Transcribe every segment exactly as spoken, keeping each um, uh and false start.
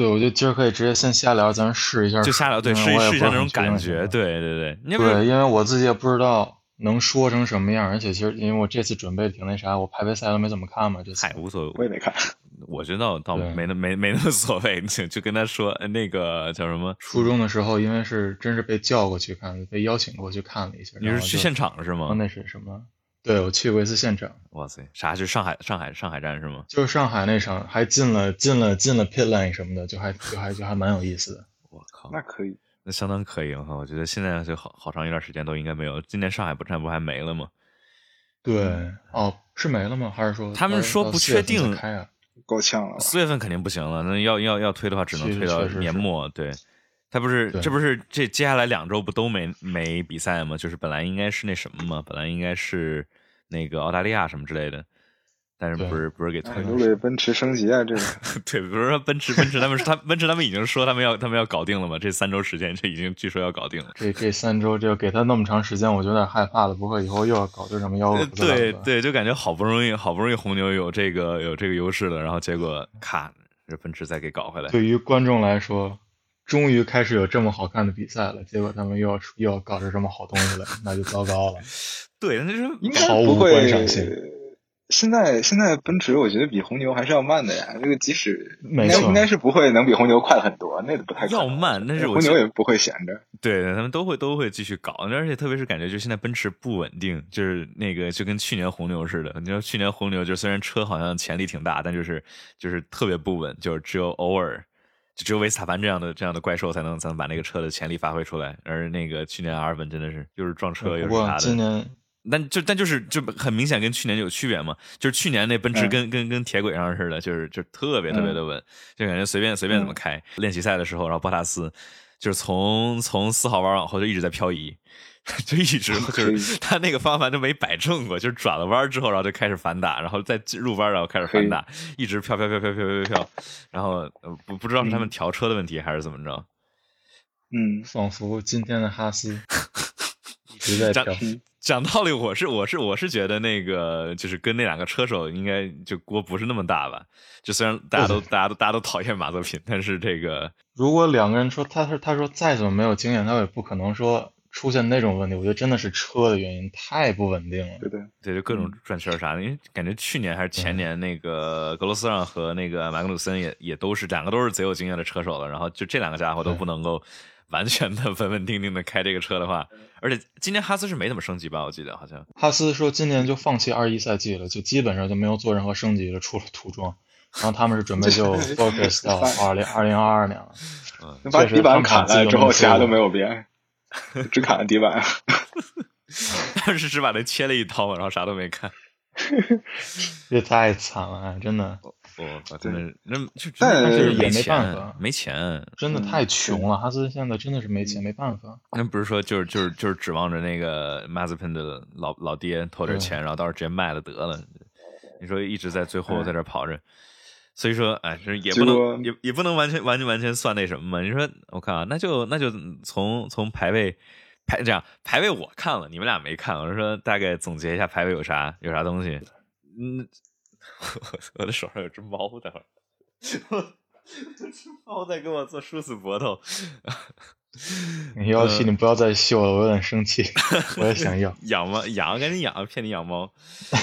对，我觉得今儿可以直接先瞎聊，咱试一下， 就瞎聊，对，试试一下那种感觉，对对对， 对，因为我自己也不知道能说成什么样，而且其实因为我这次准备挺那啥，我排位赛都没怎么看嘛，这次嗨无所谓， 我也没看， 我觉得倒没那没没那么所谓，就就跟他说那个叫什么， 初中的时候因为是真是被叫过去看，被邀请过去看了一下。 你是去现场是吗？ 哦，那是什么？对，我去过一次现场。 哇塞，啥？就是上海上海上海站是吗？ 就是上海那场，还进了进了进了 pit lane 什么的，就还就还就还蛮有意思的。 我靠， 那可以， 那相当可以哈！我觉得现在就好好长一段时间都应该没有。今年上海不站不还没了吗？ 对，哦，是没了吗？还是说他们说不确定开啊？ 够呛了， 四月份肯定不行了。那要要要推的话，只能推到年末。对，他不是这不是这接下来两周不都没没比赛吗？就是本来应该是那什么嘛，本来应该是那个澳大利亚什么之类的。但是不是不是给推都给奔驰升级啊？这个对，比如说奔驰奔驰他们他奔驰他们已经说他们要他们要搞定了嘛？这三周时间这已经据说要搞定了。 这这三周就给他那么长时间，我就有点害怕了。不会以后又要搞这什么幺蛾子？ 对对，就感觉好不容易好不容易红牛有这个有这个优势了，然后结果咔，这奔驰再给搞回来。 对于观众来说，终于开始有这么好看的比赛了，结果他们又要又要搞出什么好东西来，那就糟糕了。 对，那就是应该毫无观赏性。 现在现在奔驰我觉得比红牛还是要慢的呀，这个即使没错应该是不会能比红牛快很多，那个不太可能要慢，但是红牛也不会闲着。 对，他们都会都会继续搞，而且特别是感觉就现在奔驰不稳定，就是那个就跟去年红牛似的。你说去年红牛就虽然车好像潜力挺大，但就是就是特别不稳，就是只有偶尔就只有维斯塔潘这样的这样的怪兽才能才能把那个车的潜力发挥出来，而那个去年阿尔本真的是又是撞车又是啥的。 今年但就但就是就很明显跟去年有区别嘛，就是去年那奔驰跟、嗯、跟跟铁轨上似的，就是就特别特别的稳，嗯、就感觉随便随便怎么开。嗯、练习赛的时候，然后博塔斯就是从从四号弯往后就一直在漂移，就一直就是他那个方向盘都没摆正过，就是转了弯之后，然后就开始反打，然后再入弯，然后开始反打，一直飘飘飘飘飘飘飘，然后不不知道是他们调车的问题还是怎么着。 嗯，仿佛今天的哈斯一直在飘。 讲道理，我是我是我是觉得那个就是跟那两个车手应该就锅不是那么大吧。就虽然大家都大家都大家都讨厌马泽平，但是这个如果两个人说他他说再怎么没有经验，他也不可能说出现那种问题。我觉得真的是车的原因，太不稳定了。 对对对，就各种转圈啥的。因为感觉去年还是前年，那个格罗斯让和那个马格努森也也都是两个都是贼有经验的车手了，然后就这两个家伙都不能够完全的稳稳定定的开这个车的话，而且今年哈斯是没怎么升级吧？我记得好像哈斯说今年就放弃二一赛季了，就基本上就没有做任何升级了，除了涂装。然后他们是准备就 focus 到二零二零二二年了。 嗯，把底板砍了之后，其他都没有变，只砍了底板。 但是只把它切了一刀，然后啥都没看。 这太惨了，真的。 我真的那就但是也没办法， 没钱， 真的太穷了。哈斯现在真的是没钱，没办法。 那不是说就是就是就是指望着那个马泽平的老老爹投点钱，然后到时候直接卖了得了。你说一直在最后在这跑着，所以说哎，这也不能也也不能完全完全完全算那什么嘛。你说我看啊，那就那就从从排位排这样排位我看了，你们俩没看，我是说大概总结一下排位有啥有啥东西。嗯。我的手上有只猫，待会儿，只猫在跟我做殊死搏斗。 你要气你不要再秀了，我有点生气，我也想要养吗？养，赶紧养，骗你养猫。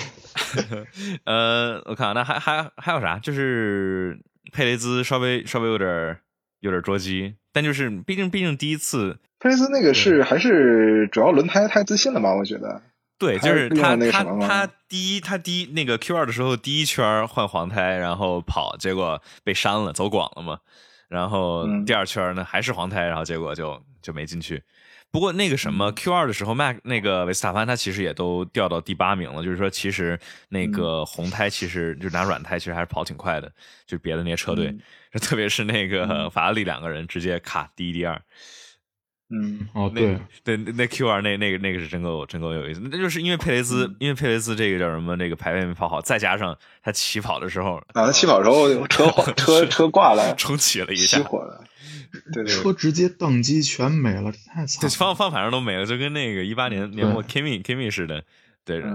呃，我看那还还还有啥？就是佩雷兹稍微稍微有点有点捉鸡，但就是毕竟毕竟第一次， 佩雷兹那个是还是主要轮胎太自信了吧？我觉得。 对，就是他他他第一他第一那个 Q 二 的时候第一圈换黄胎，然后跑，结果被删了，走广了嘛。然后第二圈呢还是黄胎，然后结果就就没进去。不过那个什么 Q 二 的时候 ，Mac 那个维斯塔潘他其实也都掉到第八名了，就是说其实那个红胎其实就拿软胎其实还是跑挺快的，就别的那些车队，嗯、特别是那个法拉利两个人直接卡第一第二。 嗯，哦，对对，那 Q 二 那那个那个是真够真够有意思，那就是因为佩雷兹，嗯、因为佩雷兹这个叫什么，那个排位没跑好，再加上他起跑的时候， 啊，他起跑的时候车车车挂了， 重启了一下， 熄火了，对对， 车直接宕机全没了，太惨了， 方方法上都没了，就跟那个一八年年末 Kimi Kimi 似的，对。嗯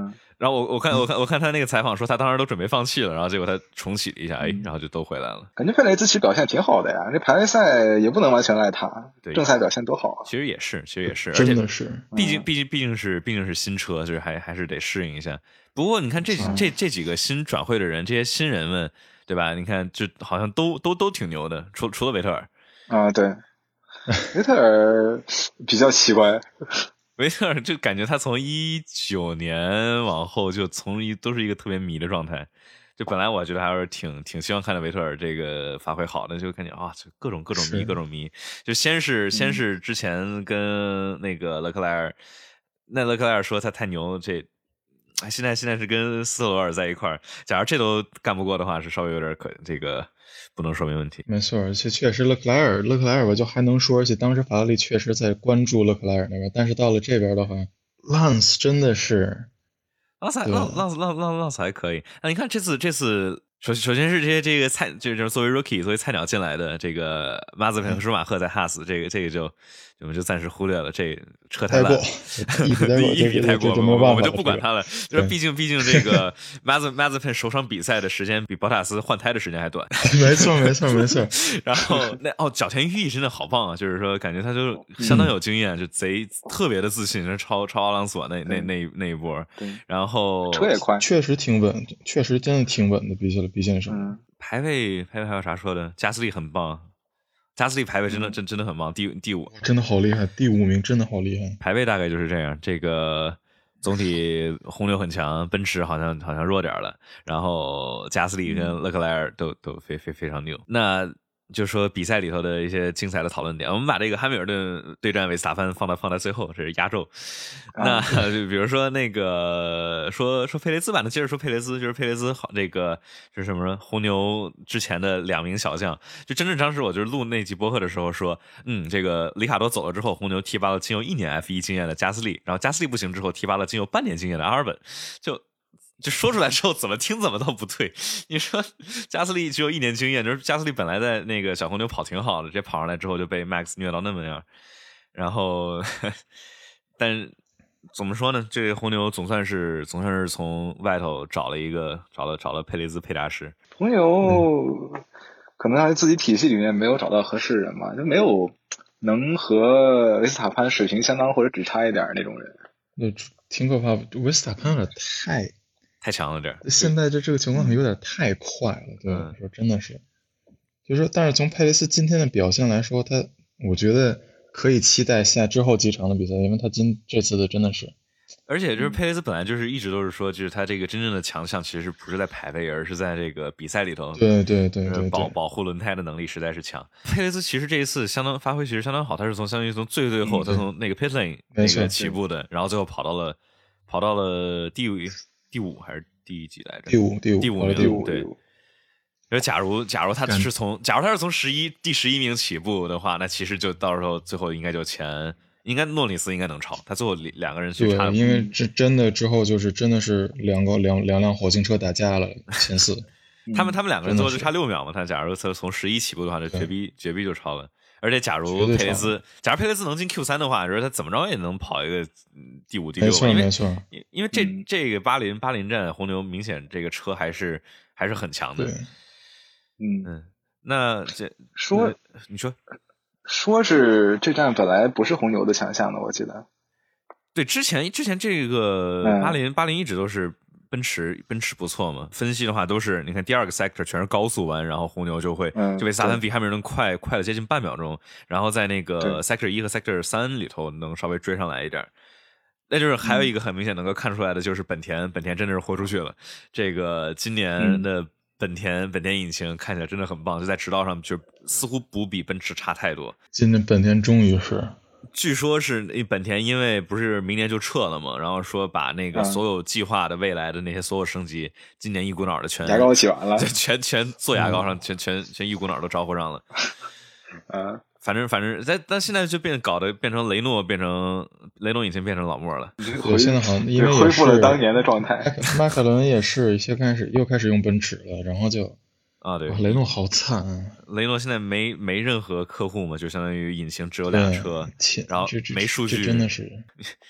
然后我我看我看我看他那个采访说他当时都准备放弃了，然后结果他重启了一下，哎，然后就都回来了。 感觉佩雷兹其实表现挺好的呀，这排位赛也不能完全赖他，正赛表现多好啊。 其实也是，其实也是， 真的是， 毕竟毕竟毕竟是毕竟是新车，就是还还是得适应一下。不过你看这这这几个新转会的人，这些新人们，对吧？你看就好像都都都挺牛的，除除了维特尔啊，对，维特尔比较奇怪。 维特尔就感觉他从一九年往后就从一都是一个特别迷的状态，就本来我觉得还是挺挺希望看到维特尔这个发挥好的，就感觉啊，就各种各种迷各种迷，就先是先是之前跟那个勒克莱尔，那勒克莱尔说他太牛，这现在现在是跟斯罗尔在一块儿，假如这都干不过的话，是稍微有点可这个不能说没问题。 没错，而且确实勒克莱尔勒克莱尔我就还能说，而且当时法拉利确实在关注勒克莱尔那边，但是到了这边的话，朗斯真的是， 朗斯朗朗斯朗朗朗斯还可以。那你看这次这次首首先是这些这个菜就是作为 rookie 作为菜鸟进来的这个马兹彭和舒马赫在哈斯，这个这个就我们就暂时忽略了，这车太烂， 一笔太过，我们就不管他了。就是毕竟毕竟这个马兹马兹彭首场比赛的时间比博塔斯换胎的时间还短。 没错没错没错。 然后那哦，角田裕毅真的好棒啊！就是说感觉他就相当有经验，就贼特别的自信，是超超阿朗索那那那那一波。然后车也快， 确实挺稳，确实真的挺稳的，比起来比起来什么排位排位还有啥说的？加斯利很棒。加斯利排位真的真真的很棒，第第五真的好厉害，第五名真的好厉害。 排位大概就是这样，这个总体红牛很强，奔驰好像好像弱点了，然后加斯利跟勒克莱尔都都非非非常牛。那就说比赛里头的一些精彩的讨论点，我们把这个汉密尔顿对战维斯塔潘放到放在最后，这是压轴。那就比如说那个说说佩雷兹吧，那接着说佩雷兹，就是佩雷兹好这个就是什么红牛之前的两名小将，就真正当时我就是录那集播客的时候说，嗯，这个里卡多走了之后，红牛提拔了仅有一年 F 一 经验的加斯利，然后加斯利不行之后提拔了仅有半年经验的阿尔本，就。就说出来之后怎么听怎么都不对。你说加斯利只有一年经验，就是加斯利本来在那个小红牛跑挺好的，直接跑上来之后就被 Max 虐到那么样，然后但怎么说呢，这个红牛总算是总算是从外头找了一个找了找了佩雷兹佩大师。 红牛、嗯、可能在自己体系里面没有找到合适人嘛，就没有能和维斯塔潘水平相当或者只差一点那种人。 那挺可怕，维斯塔潘有点太太强了点， 现在这这个情况有点太快了，对我说真的是，就是但是从佩雷斯今天的表现来说，他我觉得可以期待下之后几场的比赛，因为他今这次的真的是， 而且就是佩雷斯本来就是一直都是说，就是他这个真正的强项其实不是在排位，而是在这个比赛里头， 对对对对， 保保护轮胎的能力实在是强。佩雷斯其实这一次相当发挥其实相当好，他是从相当于从最最后，他从那个 pit lane 那个起步的，然后最后跑到了跑到了第五第五还是第几来着？ 第五，第五， 第五名， 第五， 对。而假如假如他是从假如他是从十一第十一名起步的话，那其实就到时候最后应该就前，应该诺里斯应该能超他，最后两个人去差。 对，因为这真的之后就是真的是两个两两辆火星车打架了，前四。 他们他们两个人最后就差六秒嘛，他假如从十一起步的话，就绝逼绝逼就超了。而且假如佩雷兹，假如佩雷兹能进 Q 三的话，就是他怎么着也能跑一个第五、第六。 没错，没错。 因为这这个巴林巴林站红牛明显这个车还是还是很强的。 嗯嗯，那这说你说说是这站本来不是红牛的强项的，我记得。 对，之前之前这个巴林、嗯、巴林一直都是。奔驰奔驰不错嘛？分析的话都是，你看第二个 sector 全是高速弯，然后红牛就会、嗯、就被萨芬比汉密尔顿快快了接近半秒钟，然后在那个 sector 一和 sector 三里头能稍微追上来一点。那就是还有一个很明显能够看出来的就是本田，嗯、本田真的是豁出去了。这个今年的本田、嗯、本田引擎看起来真的很棒，就在直道上就似乎不比奔驰差太多。 今年本田终于是。 据说是本田因为不是明年就撤了嘛，然后说把那个所有计划的未来的那些所有升级，嗯、今年一股脑的全牙膏起完了， 全全做牙膏上，嗯、全全全一股脑都招呼上了。 嗯， 反正反正在但现在就变搞得变成雷诺变成雷诺引擎变成老莫了。 我现在好像因为恢复了当年的状态。 迈凯伦也是先开始又开始用奔驰了，然后就。 啊，对， 雷诺好惨啊！ 雷诺现在没没任何客户嘛，就相当于引擎只有俩车，然后没数据， 真的是。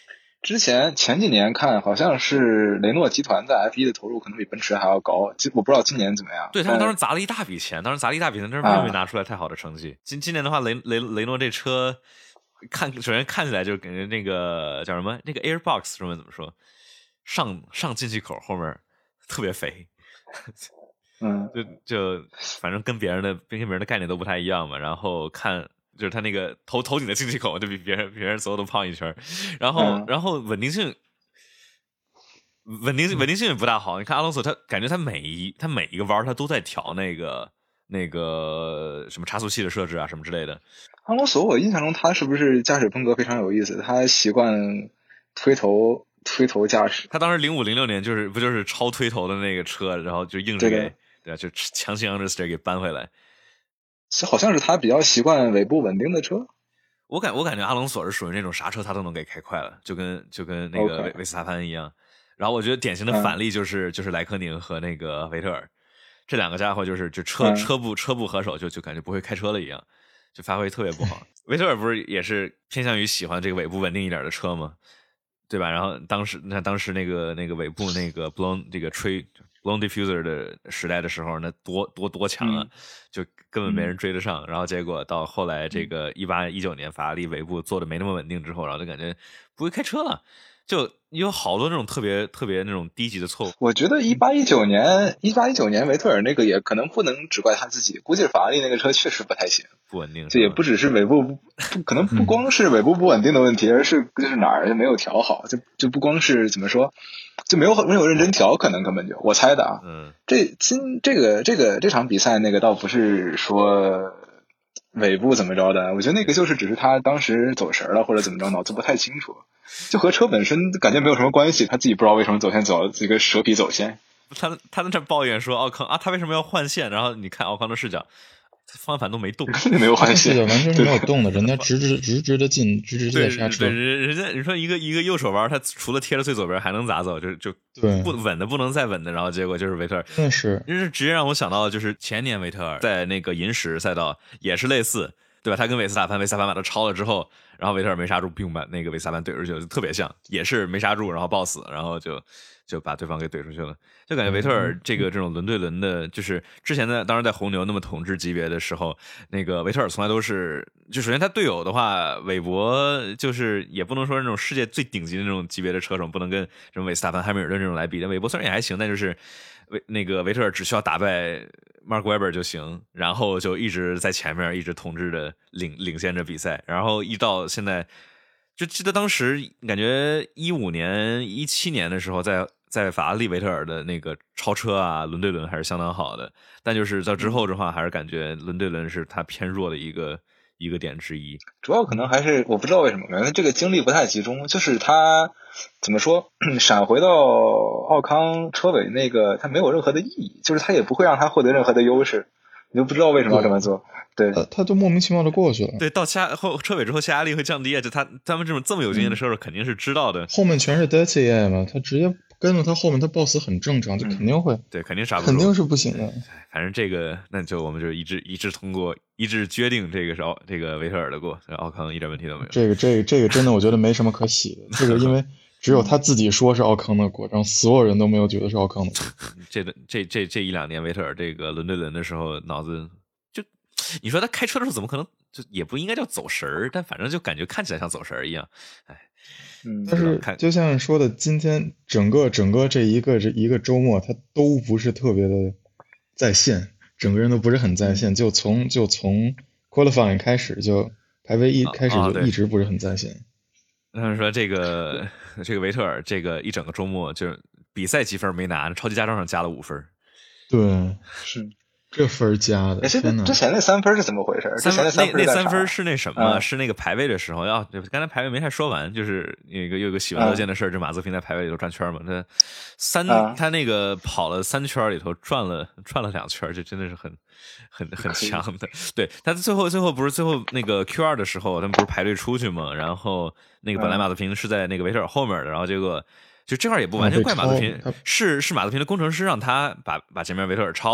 之前前几年看好像是雷诺集团在 F 一 的投入可能比奔驰还要高，我不知道今年怎么样。 对，他们当时砸了一大笔钱，当时砸了一大笔钱，但是并没拿出来太好的成绩。今、啊、今年的话，雷雷雷诺这车看首先看起来就感觉那个叫什么那个 Airbox 中文怎么说，上上进气口后面特别肥。 嗯， 就就反正跟别人的跟别人的概念都不太一样嘛。然后看就是他那个头头顶的进气口就比别人别人所有都胖一圈，然后、嗯、然后稳定性稳定稳定性也不大好。你看阿隆索，他感觉他每一他每一个弯他都在调那个那个什么差速器的设置啊什么之类的。 阿隆索我印象中他是不是驾驶风格非常有意思？他习惯推头推头驾驶。 他当时零五零六年就是不就是超推头的那个车，然后就硬是给对啊，就强行让这 steer 给搬回来。 好像是他比较习惯尾部稳定的车。 我感我感觉阿隆索是属于那种啥车他都能给开快了，就跟就跟那个维维斯塔潘一样。然后我觉得典型的反例就是、嗯、就是莱科宁和那个维特尔这两个家伙，就是就车、嗯、车不车不合手就就感觉不会开车了一样，就发挥特别不好。维特尔不是也是偏向于喜欢这个尾部稳定一点的车吗？对吧？然后当时那当时那个那个尾部那个 blown 这个吹 blown diffuser 的时代的时候，那多多多强啊、嗯，就根本没人追得上。嗯、然后结果到后来这个一八一九年法拉利尾部做的没那么稳定之后，然后就感觉不会开车了。就有好多那种特别特别那种低级的错误。 我觉得一八一九年一八一九年维特尔那个也可能不能只怪他自己，估计法拉利那个车确实不太行， 不稳定。 这也不只是尾部不可能不光是尾部不稳定的问题，而是就是哪儿没有调好，就就不光是怎么说，就没有没有认真调，可能根本就我猜的啊。 嗯， 这今这个这个这场比赛那个倒不是说尾部怎么着的，我觉得那个就是只是他当时走神了或者怎么着，脑子不太清楚。就和车本身感觉没有什么关系，他自己不知道为什么走线走这个蛇皮走线。 他他在这抱怨说奥康啊，他为什么要换线？然后你看奥康的视角，方向盘都没动， 没有换线， 视角完全没有动的，人家直直直直的进，直直的刹车。 对，人家你说一个一个右手弯，他除了贴着最左边还能咋走？就就不稳的不能再稳的，然后结果就是维特尔， 那是， 就是直接让我想到就是前年维特尔在那个银石赛道也是类似。对吧？他跟维斯塔潘，维斯塔潘把他超了之后，然后维特尔没刹住，并把那个维斯塔潘怼出去，就特别像，也是没刹住，然后抱死，然后就就把对方给怼出去了。就感觉维特尔这个这种轮对轮的，就是之前的，当然在红牛那么统治级别的时候，那个维特尔从来都是，就首先他队友的话，韦伯就是也不能说是那种世界最顶级的那种级别的车手，不能跟什么维斯塔潘、汉密尔顿这种来比。但韦伯虽然也还行，但就是维那个维特尔只需要打败Mark Webber 就行，然后就一直在前面，一直统治着领领先着比赛，然后一到现在，就记得当时感觉一五年、一七年的时候在，在在法拉利维特尔的那个超车啊，轮对轮还是相当好的，但就是到之后的话，还是感觉轮对轮是他偏弱的一个一个点之一。 主要可能还是我不知道为什么，可能这个精力不太集中，就是他怎么说，闪回到奥康车尾那个，他没有任何的意义，就是他也不会让他获得任何的优势，你就不知道为什么要这么做。对， 他他就莫名其妙的过去了。 对，到下后车尾之后下压力会降低啊，就他他们这种这么有经验的车手肯定是知道的。 嗯、后面全是 D C I 嘛，他直接跟着他后面，他抱死很正常，就肯定会、嗯、 对，肯定刹不住， 肯定是不行的。 反正这个，那就我们就一致一致通过，一致决定这个是奥这个维特尔的过，奥康一点问题都没有。 这个这个这个真的我觉得没什么可喜的，这个因为只有他自己说是奥康的过，然后所有人都没有觉得是奥康的过。 这这这这一两年维特尔这个轮对轮的时候，脑子就你说他开车的时候怎么可能就也不应该叫走神儿，但反正就感觉看起来像走神儿一样，哎。 嗯， 但是就像说的，今天整个整个这一个这一个周末，他都不是特别的在线，整个人都不是很在线，就从就从 qualifying 开始就排位一开始就一直不是很在线。 他们说这个这个维特尔这个一整个周末就是比赛积分没拿，超级驾照上加了五分。 对， 是。 这分加的， 之前那三分是怎么回事？之前那三分那三分是那什么、 嗯？ 是那个排位的时候要，刚才排位没太说完，就是有一个有一个喜闻乐见的事儿，就、嗯、马泽平在排位里头转圈嘛，他三、嗯、他那个跑了三圈里头转了转了两圈，这真的是很很很强的。对，他最后最后不是最后那个 Q 二 的时候，他们不是排队出去嘛，然后那个本来马泽平是在那个维特尔后面的，然后结果。就这块也不完全怪马泽平，是是马泽平的工程师让他把把前面维特尔超了，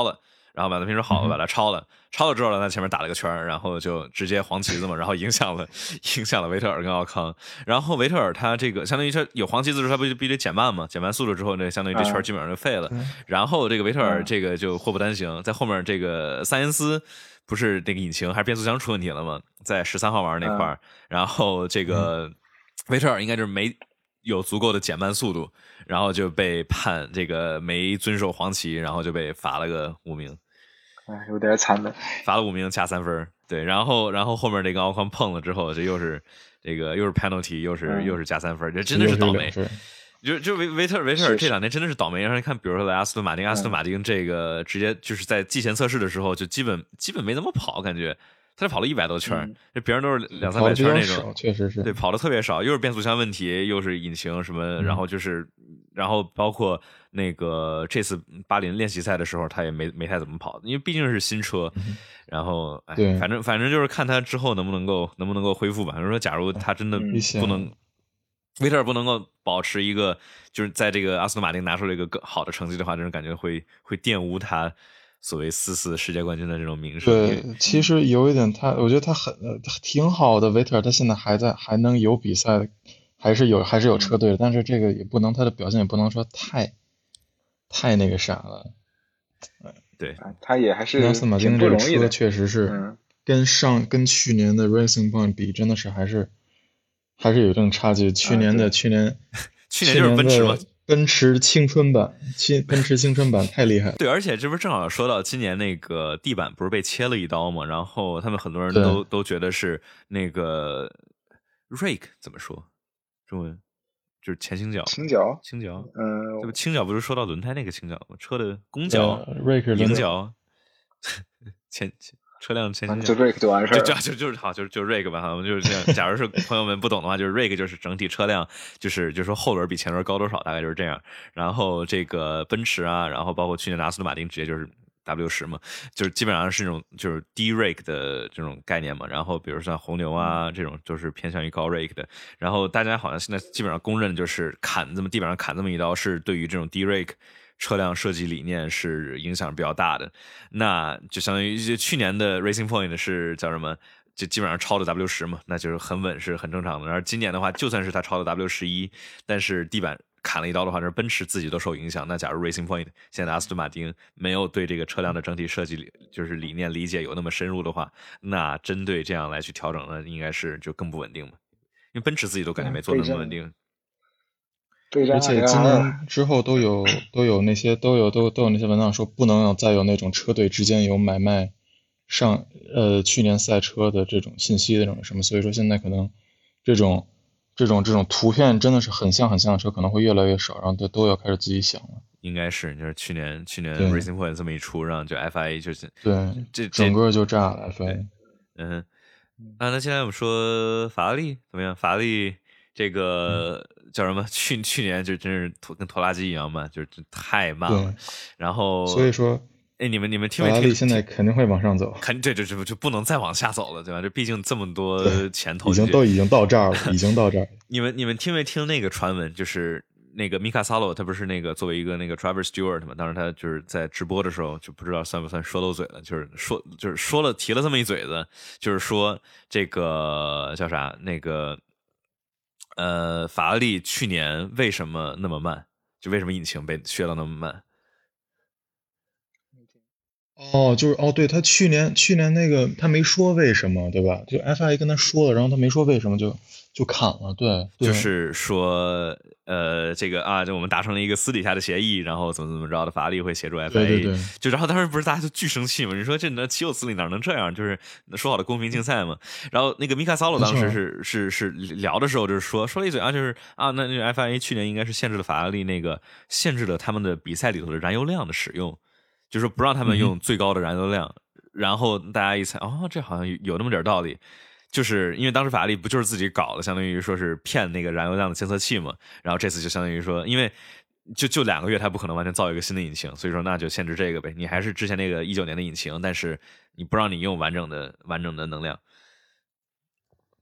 然后马泽平说好，我把它超了，超了之后呢，他前面打了个圈，然后就直接黄旗子嘛，然后影响了影响了维特尔跟奥康。然后维特尔他这个相当于他有黄旗子之后，他不就必须得减慢嘛，减慢速度之后，那相当于这圈基本上就废了。然后这个维特尔这个就祸不单行，在后面这个塞恩斯不是那个引擎还是变速箱出问题了吗？在十三号弯那块，然后这个维特尔应该就是没有足够的减慢速度，然后就被判这个没遵守黄旗，然后就被罚了个五名。 哎，有点惨的， 罚了五名加三分。对，然后然后后面这个奥康碰了之后，这又是这个又是 penalty， 又是、嗯、又是加三分，这真的是倒霉。就就维维特尔维特尔这两年真的是倒霉。让人看，比如说阿斯顿马丁，阿斯顿马丁这个直接就是在季前测试的时候就基本基本没怎么跑，感觉他就跑了一百多圈，这、嗯、别人都是两三百圈那种， 确实是对，跑的特别少，又是变速箱问题，又是引擎什么， 嗯、 然后就是然后包括那个这次巴林练习赛的时候，他也没没太怎么跑，因为毕竟是新车， 嗯、 然后哎， 对， 反正反正就是看他之后能不能够能不能够恢复吧。反正说，假如他真的不能。嗯维特尔不能够保持一个就是在这个阿斯顿马丁拿出了一个更好的成绩的话，这种感觉会会玷污他所谓四次世界冠军的这种名声。 对，其实有一点他，我觉得他很挺好的。维特尔他现在还在还能有比赛，还是有还是有车队的，但是这个也不能他的表现也不能说太太那个啥了。 对， 他也还是阿斯顿马丁这个车确实是跟上、嗯、跟去年的 Racing Point 比，真的是还是。还是有这种差距。去年的、啊、去年， 去年就是奔驰嘛， 奔驰青春版，青奔驰青春版太厉害了。 对，而且这不是正好说到今年那个地板不是被切了一刀嘛？然后他们很多人都都觉得是那个 rake 怎么说？中文就是前倾角， 倾角， 倾角。 嗯， 这不倾角不是说到轮胎那个倾角吗？车的公角 ，rake 迎角，前前。车辆前倾角，就 rake 就完事儿， 就就就是好，就是就 rake 吧，哈，就是这样。假如是朋友们不懂的话，就是 rake 就是整体车辆，就是就是说后轮比前轮高多少，大概就是这样。然后这个奔驰啊，然后包括去年的阿斯顿马丁，直接就是 W 十嘛，就是基本上是那种就是低 rake 的这种概念嘛。然后比如像红牛啊这种，就是偏向于高 rake 的。然后大家好像现在基本上公认就是砍这么地板上砍这么一刀，是对于这种低 rake。车辆设计理念是影响比较大的，那就相当于去年的 Racing Point 是叫什么？就基本上超了 W 十嘛，那就是很稳，是很正常的。然后今年的话，就算是他超了 W 十一，但是地板砍了一刀的话，这奔驰自己都受影响。那假如 Racing Point 现在阿斯顿马丁没有对这个车辆的整体设计就是理念理解有那么深入的话，那针对这样来去调整呢，应该是就更不稳定嘛。因为奔驰自己都感觉没做那么稳定。 而且今年之后都有都有那些都有都都有那些文档说不能再有那种车队之间有买卖上呃去年赛车的这种信息的这种什么，所以说现在可能这种这种这种图片真的是很像很像的车可能会越来越少，然后都都要开始自己想了。 应该是就是去年去年 Racing Point 这么一出，让就 F I A 就是对这整个就炸了 F I A。 嗯，啊，那现在我们说法拉利怎么样？法拉利这个。嗯叫什么？去去年就真是拖跟拖拉机一样慢，就是太慢了。然后所以说， 哎，你们你们听没听？ 法拉利现在肯定会往上走， 肯对对对，就不能再往下走了，对吧？这毕竟这么多钱投， 已经都已经到这儿了，已经到这儿。 你们你们听没听那个传闻？就是那个米卡萨洛，他不是那个作为一个那个 driver steward 嘛？当时他就是在直播的时候，就不知道算不算说漏嘴了，就是说就是说了提了这么一嘴子，就是说这个叫啥那个。呃，法拉利去年为什么那么慢？就为什么引擎被削到那么慢？ 哦，就是哦，对他去年去年那个他没说为什么，对吧？就 F I A 跟他说了，然后他没说为什么就就砍了，对，对就是说呃，这个啊，就我们达成了一个私底下的协议，然后怎么怎么着的，法拉利会协助 F I A， 对对对， 就然后当时不是大家就巨生气嘛？你说这那岂有此理，哪能这样？就是说好的公平竞赛嘛。然后那个米卡萨洛当时是是是聊的时候就是说说了一嘴啊，就是啊，那那个 F I A 去年应该是限制了法拉利那个限制了他们的比赛里头的燃油量的使用。就是不让他们用最高的燃油量，嗯、然后大家一猜，哦，这好像有有那么点道理，就是因为当时法拉利不就是自己搞的，相当于说是骗那个燃油量的监测器嘛，然后这次就相当于说，因为就就两个月，它不可能完全造一个新的引擎，所以说那就限制这个呗，你还是之前那个一九年的引擎，但是你不让你用完整的完整的能量，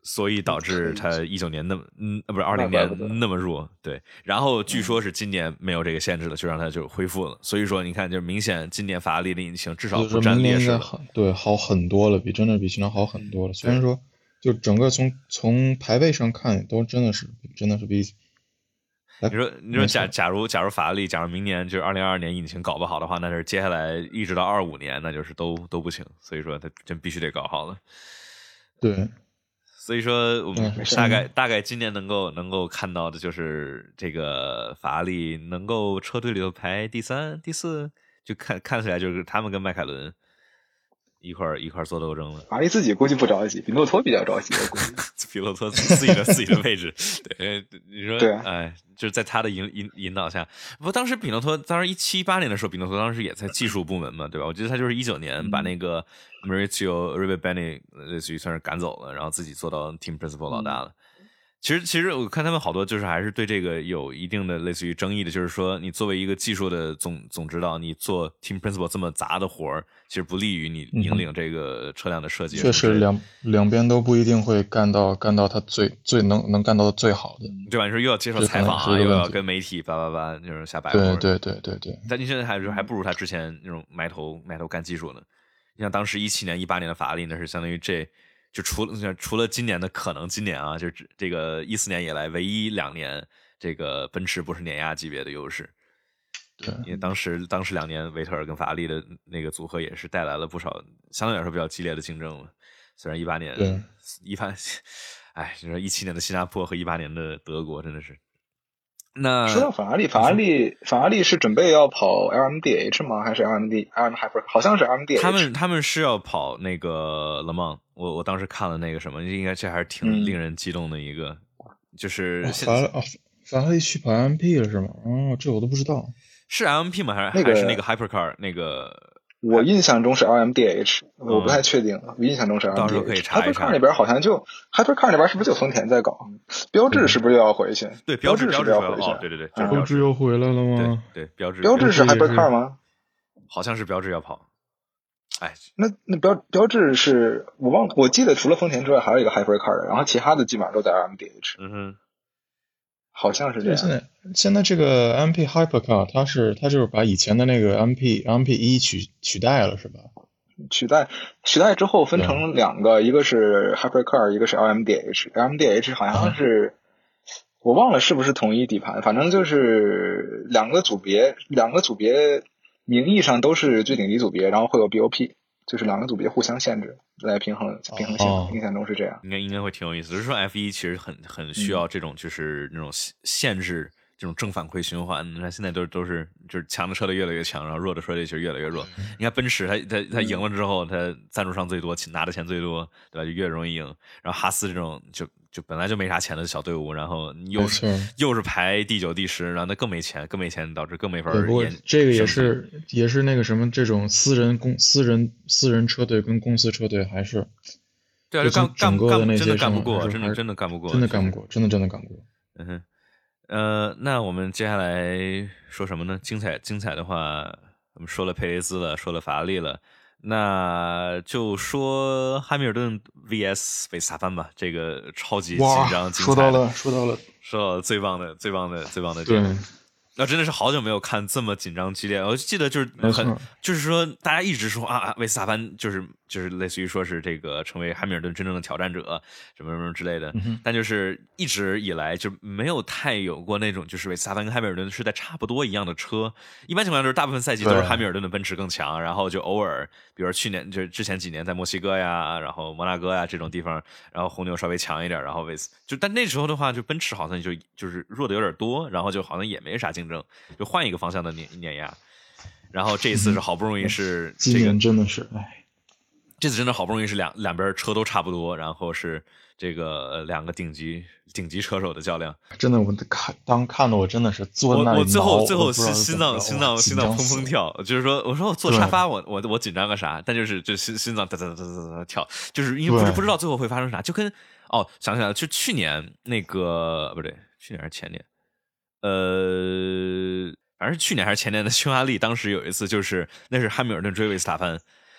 所以导致他一九年那么嗯不是二零年那么弱，对。然后据说是今年没有这个限制了，就让他就恢复了。所以说你看，就是明显今年法拉利的引擎至少不占劣势了， 对，好很多了，比真的比去年好很多了。虽然说就整个从从排位上看，都真的是真的是比。 你说你说假假如假如法拉利假如明年就是二零二二年引擎搞不好的话，那是接下来一直到二五年，那就是都都不行。所以说他真必须得搞好了。 对。 所以说，我们大概大概今年能够能够看到的就是这个法拉利能够车队里头排第三、第四，就看看起来就是他们跟迈凯伦一块一块做斗争了。 法拉利自己估计不着急，比诺托比较着急，我估计。 比诺托自己的自己的位置，对，你说， 对， 哎，就是在他的引引引导下，不过当时比诺托，当时一七一八年的时候，比诺托当时也在技术部门嘛，对吧？我记得他就是一九年把那个 Maurizio Arrivabene 类似于算是赶走了，然后自己做到 Team Principal 老大了。其实，其实我看他们好多就是还是对这个有一定的类似于争议的，就是说你作为一个技术的总总指导，你做 Team Principal 这么杂的活儿，其实不利于你引领这个车辆的设计。 确实两两边都不一定会干到干到他最最能能干到最好的， 对吧？你说又要接受采访啊，又要跟媒体叭叭叭那种瞎白活。 对对对对对。 但你现在还是还不如他之前那种埋头埋头干技术呢。你像当时一七年、一八年的法拉利，那是相当于这。就除了除了今年的可能，今年啊，就是这个一四年以来唯一两年，这个奔驰不是碾压级别的优势。 对， 因为当时当时两年维特尔跟法拉利的那个组合也是带来了不少相对来说比较激烈的竞争。虽然一八年一八，哎，你说一七年的新加坡和一八年的德国真的是。那说到法拉利，法拉利法拉利是准备要跑 L M D H 吗？还是 L M D L M Hyper？ 好像是 L M D H。 他们他们是要跑那个 Le Mans。我我当时看了那个什么，应该这还是挺令人激动的一个，嗯、就是法拉哦法拉利去跑 M P 了是吗？哦，这我都不知道。 是 M P 吗？还是、 那个、 还是那个 Hypercar 那个？ 我印象中是 L M D H，、嗯、我不太确定。我印象中是 L M D H。 到时候可以查一查。 Hypercar 那边好像就 Hypercar 那边是不是就丰田在搞？标致是不是又要回去？ 对，标致是不是要回去？ 哦、对对对， 嗯、标致又回来了吗？ 对对，标致。 标致是 Hypercar 吗？ 好像是标致要跑。哎， 那那标标致是我忘了，我记得除了丰田之外还有一个 Hypercar 的，然后其他的基本上都在 L M D H。 嗯哼， 好像是这样。 现在现在这个 M P Hypercar 它是它就是把以前的那个 M P M P 一取取代了是吧？ 取代取代之后分成两个，一个是 Hypercar， 一个是 L M D H。L M D H 好像是、嗯、我忘了是不是统一底盘，反正就是两个组别，两个组别。名义上都是最顶级组别，然后会有 B O P， 就是两个组别互相限制来平衡平衡性、哦、印象中是这样。 应该应该会挺有意思。就是说 F 一 其实很很需要这种就是那种限制、嗯、这种正反馈循环。你看现在都都是就是强的车队越来越强，然后弱的车队其实越来越弱。嗯、你看奔驰，他他他赢了之后，他赞助商最多，拿的钱最多，对吧？就越容易赢。然后哈斯这种就。就本来就没啥钱的小队伍，然后又是又是排第九、第十，然后那更没钱，更没钱，导致更没法。 不过这个也是也是那个什么，这种私人公私人私人车队跟公司车队还是对啊，干整个的那些真的干不过，真的真的干不过， 真的干不过，真的真的干不过。 嗯哼，呃，那我们接下来说什么呢？精彩精彩的话，我们说了佩雷兹了，说了法拉利了。那就说汉密尔顿 V S 维斯塔潘吧，这个超级紧张精彩。 说到了，说到了， 说到了最棒的、最棒的、最棒的点。 对， 那真的是好久没有看这么紧张激烈。我记得就是很，就是说大家一直说啊，维斯塔潘就是就是类似于说是这个成为汉密尔顿真正的挑战者，什么什么之类的。 嗯、 但就是一直以来就没有太有过那种就是维斯塔潘跟汉密尔顿是在差不多一样的车。一般情况下就是大部分赛季都是汉密尔顿的奔驰更强，然后就偶尔，比如去年就是之前几年在墨西哥呀，然后摩纳哥呀这种地方，然后红牛稍微强一点，然后维斯就但那时候的话，就奔驰好像就就是弱的有点多，然后就好像也没啥竞争，就换一个方向的碾碾压。然后这一次是好不容易是、这个、 今年真的是哎。 这次真的好不容易是两两边车都差不多，然后是这个两个顶级顶级车手的较量。 真的，我看当看的我真的是坐那里，我我最后最后心心脏心脏心脏砰砰跳，就是说我说我坐沙发我我我紧张个啥？但就是就心心脏哒哒哒哒哒跳，就是因为不是不知道最后会发生啥，就跟哦想起来了，就去年那个不对，去年还是前年，呃，反正是去年还是前年的匈牙利，当时有一次就是那是汉密尔顿追维斯塔潘。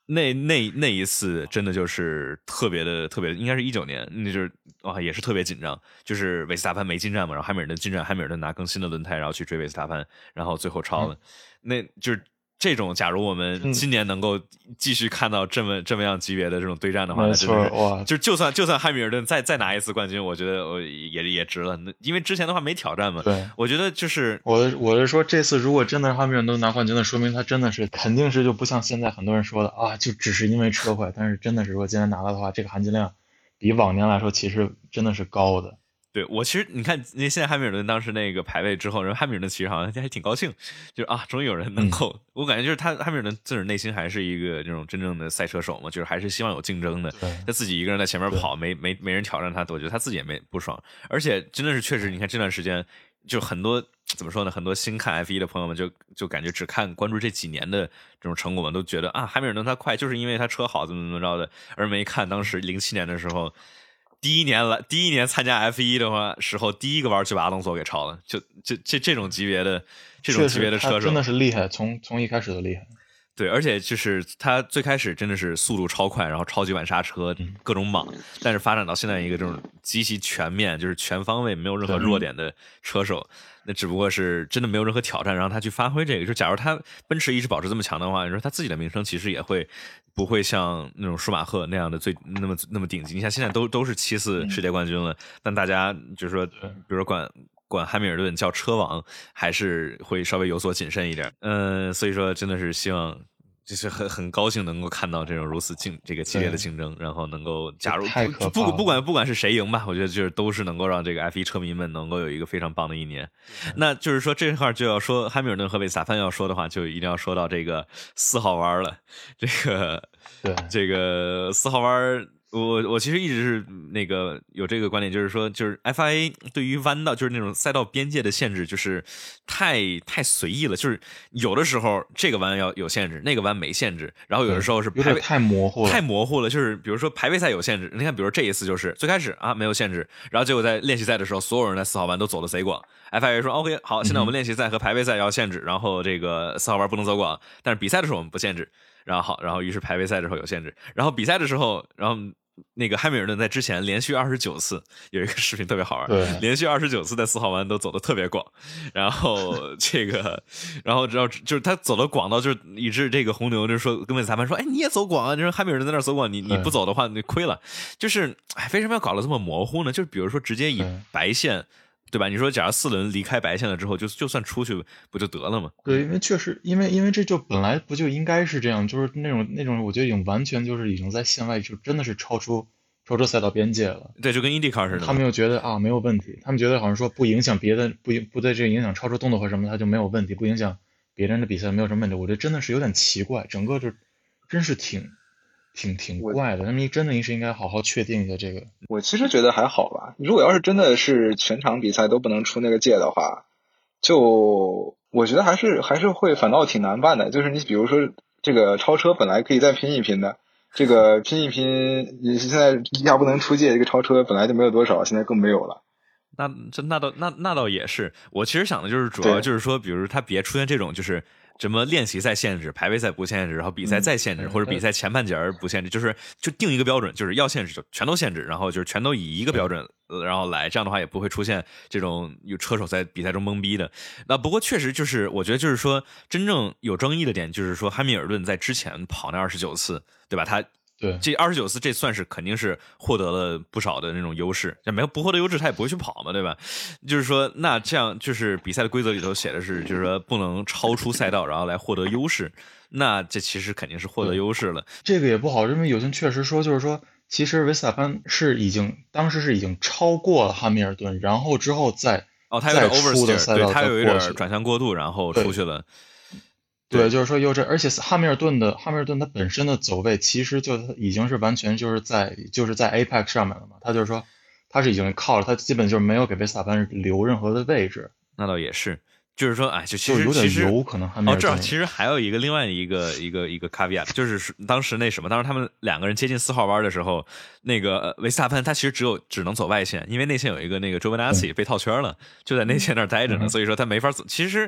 那那那一次真的就是特别的特别的，应该是一九年，那就是哇也是特别紧张，就是维斯塔潘没进站嘛，然后汉密尔顿进站，汉密尔顿拿更新的轮胎，然后去追维斯塔潘，然后最后超了，嗯、那就是。这种，假如我们今年能够继续看到这么这么样级别的这种对战的话， 没错，哇！ 就就算就算汉密尔顿再再拿一次冠军，我觉得我也也值了，因为之前的话没挑战嘛。 对， 我觉得就是我我是说，这次如果真的是汉密尔顿拿冠军的，说明他真的是肯定是就不像现在很多人说的啊，就只是因为车坏，但是真的是如果今天拿了的话，这个含金量比往年来说其实真的是高的。 对，我其实你看，那现在汉密尔顿当时那个排位之后，然后汉密尔顿其实好像还挺高兴，就是啊，终于有人能够，嗯、我感觉就是他汉密尔顿自己内心还是一个这种真正的赛车手嘛，就是还是希望有竞争的。他自己一个人在前面跑，没没没人挑战他，我觉得他自己也没不爽。而且真的是确实，你看这段时间，就很多怎么说呢，很多新看 F 一 的朋友们就就感觉只看关注这几年的这种成果们，都觉得啊，汉密尔顿他快，就是因为他车好，怎么怎么着的，而没看当时零七年的时候。第一年来，第一年参加 F 一 的话时候，第一个弯就把阿隆索给超了，就这这这种级别的这种级别的车手真的是厉害，从从一开始就厉害。 对，而且就是他最开始真的是速度超快，然后超级晚刹车，各种莽，但是发展到现在一个这种极其全面，就是全方位没有任何弱点的车手，那只不过是真的没有任何挑战，让他去发挥这个。就假如他奔驰一直保持这么强的话，你说他自己的名声其实也会不会像那种舒马赫那样的最那么那么顶级。你像现在都都是七次世界冠军了，但大家就是说，比如说管。管汉密尔顿叫车王，还是会稍微有所谨慎一点。嗯、呃，所以说真的是希望，就是很很高兴能够看到这种如此竞这个激烈的竞争，然后能够假如不不不管不管是谁赢吧，我觉得就是都是能够让这个 F 一 车迷们能够有一个非常棒的一年。那就是说这块就要说汉密尔顿和维斯塔潘要说的话，就一定要说到这个四号弯了。这个对这个四号弯。我我其实一直是那个有这个观点，就是说，就是 F I A 对于弯道，就是那种赛道边界的限制，就是太太随意了。就是有的时候这个弯要有限制，那个弯没限制，然后有的时候是排位太模糊了， 太模糊了。就是比如说排位赛有限制，你看，比如这一次就是最开始啊没有限制，然后结果在练习赛的时候，所有人在四号弯都走了贼广。F I A 说 OK 好，现在我们练习赛和排位赛要限制，然后这个四号弯不能走广，但是比赛的时候我们不限制。然后好，然后于是排位赛的时候有限制，然后比赛的时候，然后。那个汉密尔顿在之前连续二十九次有一个视频特别好玩，连续二十九次在四号弯都走得特别广，然后这个，然后知道就是他走的广到就是以致这个红牛就是说跟维斯塔潘说，哎你也走广啊，就是汉密尔顿在那儿走广，你你不走的话你亏了，就是哎为什么要搞得这么模糊呢？就是比如说直接以白线。对吧？你说，假如四轮离开白线了之后，就就算出去不就得了吗？ 对，因为确实，因为因为这就本来不就应该是这样，就是那种那种，我觉得已经完全就是已经在线外，就真的是超出超出赛道边界了。 对，就跟 IndyCar 似的。 他们又觉得啊没有问题，他们觉得好像说不影响别的，不不对这个影响超出动作和什么，他就没有问题，不影响别人的比赛没有什么问题。我觉得真的是有点奇怪，整个就真是挺。挺挺怪的，他们真的是应该好好确定一下这个。 我其实觉得还好吧，如果要是真的是全场比赛都不能出那个界的话，就我觉得还是还是会反倒挺难办的。就是你比如说这个超车本来可以再拼一拼的，这个拼一拼，你现在一下不能出界，这个超车本来就没有多少，现在更没有了。 那这那倒那那倒也是，我其实想的就是主要就是说，比如他别出现这种就是。什么练习赛限制，排位赛不限制，然后比赛再限制，嗯、或者比赛前半截不限制，就是就定一个标准，就是要限制就全都限制，然后就是全都以一个标准，呃、然后来，这样的话也不会出现这种有车手在比赛中懵逼的。那不过确实就是，我觉得就是说，真正有争议的点就是说，汉密尔顿在之前跑那二十九次，对吧？他。 对， 这二十九次，这算是肯定是获得了不少的那种优势。没有不获得优势，他也不会去跑嘛，对吧？就是说，那这样就是比赛的规则里头写的是，就是说不能超出赛道，然后来获得优势。那这其实肯定是获得优势了。 这个也不好，因为有些确实说，就是说，其实维斯塔潘是已经当时是已经超过了汉密尔顿，然后之后再哦，他有点 oversteer， 对，他有一点转向过度，然后出去了。 对，就是说优势，而且汉密尔顿的汉密尔顿他本身的走位其实就已经是完全就是在就是在 Apex 上面了嘛，他就是说他是已经靠了，他基本就是没有给维斯塔潘留任何的位置。 那倒也是，就是说，哎，就其实就有点油，可能汉密尔顿。 哦，这其实还有一个另外一个一个一个 caveat， 就是当时那什么，当时他们两个人接近四号弯的时候，那个维斯塔潘他其实只有只能走外线，因为内线有一个那个 Giovinazzi 被套圈了，就在内线那儿待着呢，嗯、所以说他没法走。其实。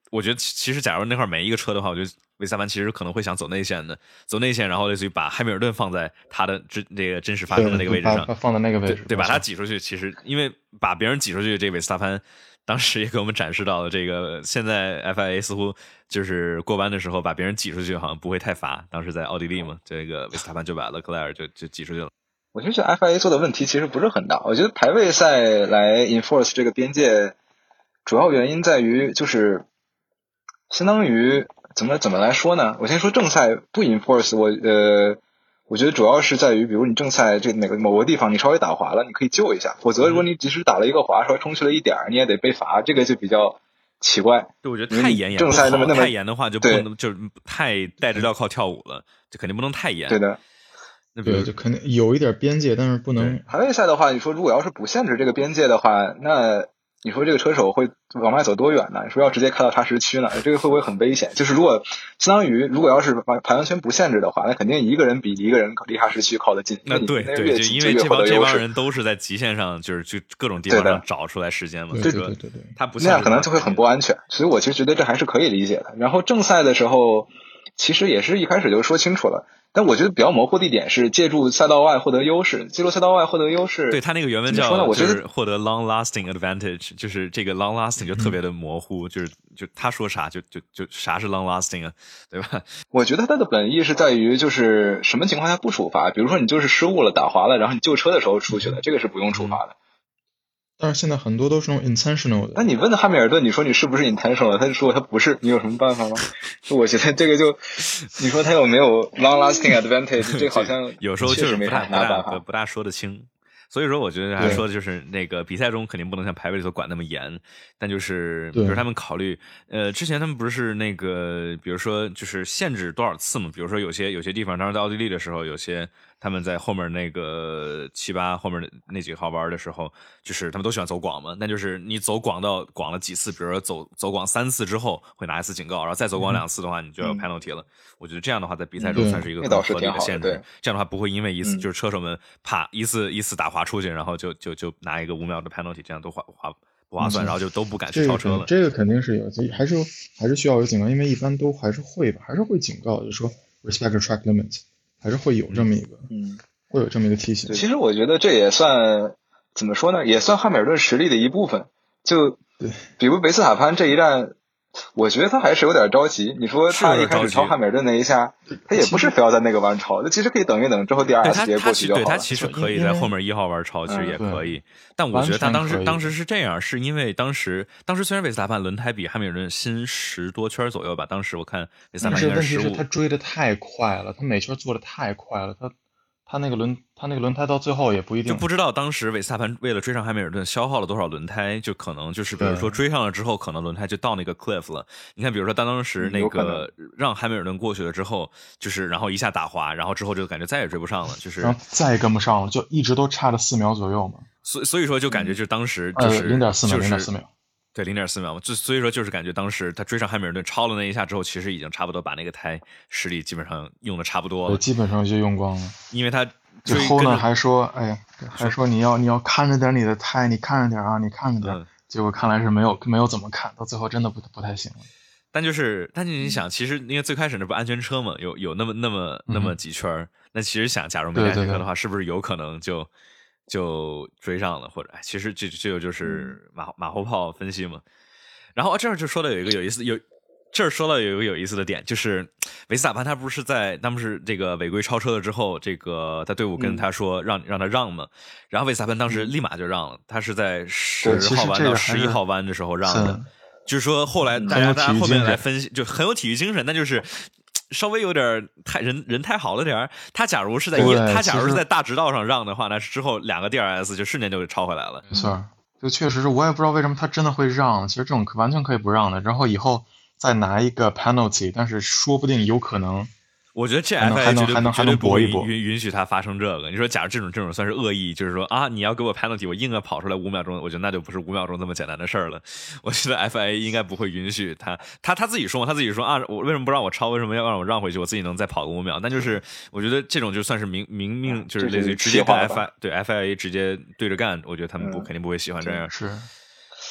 我觉得其实假如那块没一个车的话，我觉得维斯塔潘其实可能会想走内线的，走内线，然后类似于把汉密尔顿放在他的真这个真实发生的那个位置上， 放在那个位置， 对，对把他挤出去。其实因为把别人挤出去，这维斯塔潘当时也给我们展示到了这个，现在 F I A 似乎就是过弯的时候把别人挤出去，好像不会太罚。当时在奥地利嘛，这个维斯塔潘就把勒克莱尔就就挤出去了。 我觉得这 F I A 做的问题其实不是很大，我觉得排位赛来 enforce 这个边界，主要原因在于就是相当于怎么怎么来说呢？我先说正赛不 enforce， 我呃，我觉得主要是在于，比如你正赛这哪个某个地方你稍微打滑了，你可以救一下，否则如果你即使打了一个滑，稍微冲去了一点，你也得被罚，这个就比较奇怪。 对，我觉得太严严， 正赛那么那么太严的话就不能就是太带着镣铐跳舞了，就肯定不能太严。 对的。 对，就肯定有一点边界，但是不能。 排位赛的话，你说如果要是不限制这个边界的话，那你说这个车手会往外走多远呢？你说要直接开到插时区呢，这个会不会很危险？就是如果相当于如果要是排完全不限制的话，那肯定一个人比一个人离插时区靠得近。 那对对，就因为这帮这帮人都是在极限上，就是就各种地方上找出来时间嘛。 对对对对对， 他不那样可能就会很不安全。所以我其实觉得这还是可以理解的。然后正赛的时候，其实也是一开始就说清楚了。但我觉得比较模糊的一点是借助赛道外获得优势，借助赛道外获得优势。 对，他那个原文叫就是获得 long lasting advantage， 就是这个 long lasting 就特别的模糊，嗯、就是就他说啥就就就啥是 long lasting 啊，对吧？ 我觉得他的本意是在于就是什么情况下不处罚，比如说你就是失误了打滑了，然后你救车的时候出去了，这个是不用处罚的。 嗯但是现在很多都是用 intentional 的。 那你问汉密尔顿，你说你是不是 intentional， 他就说他不是，你有什么办法吗？我觉得这个就，你说他有没有 long lasting advantage， 这好像有时候就是没啥办法， 不大说得清。所以说，我觉得还说的就是那个比赛中肯定不能像排位里头管那么严，但就是比如他们考虑，呃，之前他们不是那个，比如说就是限制多少次嘛，比如说有些有些地方，当时在奥地利的时候，有些他们在后面那个七八后面那几个号弯的时候，就是他们都喜欢走广嘛，那就是你走广到广了几次，比如说走走广三次之后会拿一次警告，然后再走广两次的话，你就要 penalty 了。嗯、我觉得这样的话，在比赛中算是一个很合理的限制。 嗯、 这样的话不会因为一次、 嗯、 就是车手们怕一次一次打滑出去，然后就就就拿一个五秒的 penalty， 这样都划划不划算，然后就都不敢去超车了。 这个、这个肯定是有，还是还是需要有警告，因为一般都还是会吧，还是会警告，就是说 respect the track limit， 还是会有这么一个， 嗯， 会有这么一个提醒。 其实我觉得这也算怎么说呢，也算汉密尔顿实力的一部分。就对， 比如维斯塔潘这一站。我觉得他还是有点着急。你说他一开始超汉密尔顿那一下，他也不是非要在那个弯超，他其实可以等一等，之后 D R S 直接过去就好了。 对，他其实可以在后面一号弯超，其实也可以。但我觉得他当时当时是这样，是因为当时当时虽然维斯塔潘轮胎比汉密尔顿新十多圈左右吧，当时我看维斯塔潘应该是十五。 但是问题是他追的太快了，他每圈做的太快了，他。他那个轮，他那个轮胎到最后也不一定， 就不知道当时维斯塔潘为了追上汉密尔顿消耗了多少轮胎，就可能就是比如说追上了之后，可能轮胎就到那个 cliff 了。你看，比如说他当时那个让汉密尔顿过去了之后，就是然后一下打滑，然后之后就感觉再也追不上了，就是然后再也跟不上了，就一直都差了四秒左右嘛。 所所以说就感觉就当时就是零点四秒，零点四秒。 对，零点四秒嘛，就所以说就是感觉当时他追上汉密尔顿超了那一下之后，其实已经差不多把那个胎实力基本上用的差不多了， 基本上就用光了， 因为他。 最后呢还说，哎呀，还说你要你要看着点你的胎，你看着点啊，你看着点。嗯、结果看来是没有没有怎么看，到最后真的不不太行了。 但就是，但是你想，其实因为最开始那不安全车嘛，有有那么那么那么几圈、嗯、那其实想，假如没安全车的话， 对对对是不是有可能就就追上了？或者，其实这这个就是马马后炮分析嘛。然后这儿就说到有一个有意思有。这儿说到有一个有意思的点，就是维斯塔潘他不是在他们是这个违规超车了之后，这个他队伍跟他说让、嗯、让他让嘛，然后维斯塔潘当时立马就让了，他是在十号弯到十一号弯的时候让的，就是说后来大家大家后面来分析，就很有体育精神，但就是稍微有点太人人太好了点。他假如是在一他假如是在大直道上让的话，那之后两个 D R S 就瞬间就超回来了。 没错，就确实是我也不知道为什么他真的会让，其实这种完全可以不让的，然后以后。再拿一个 penalty， 但是说不定有可能。 我觉得这 F I A 绝对还能绝对不会允允许他发生这个。你说，假如这种这种算是恶意，就是说啊，你要给我 penalty， 我硬要跑出来五秒钟，我觉得那就不是五秒钟这么简单的事儿了。我觉得 F I A 应该不会允许他，他他自己说嘛，他自己说啊，我为什么不让我超？为什么要让我让回去？我自己能再跑个五秒？但就是我觉得这种就算是明明命，就是类似于直接跟 F I A 对 F I A 直接对着干，我觉得他们不、嗯、肯定不会喜欢这样。 是。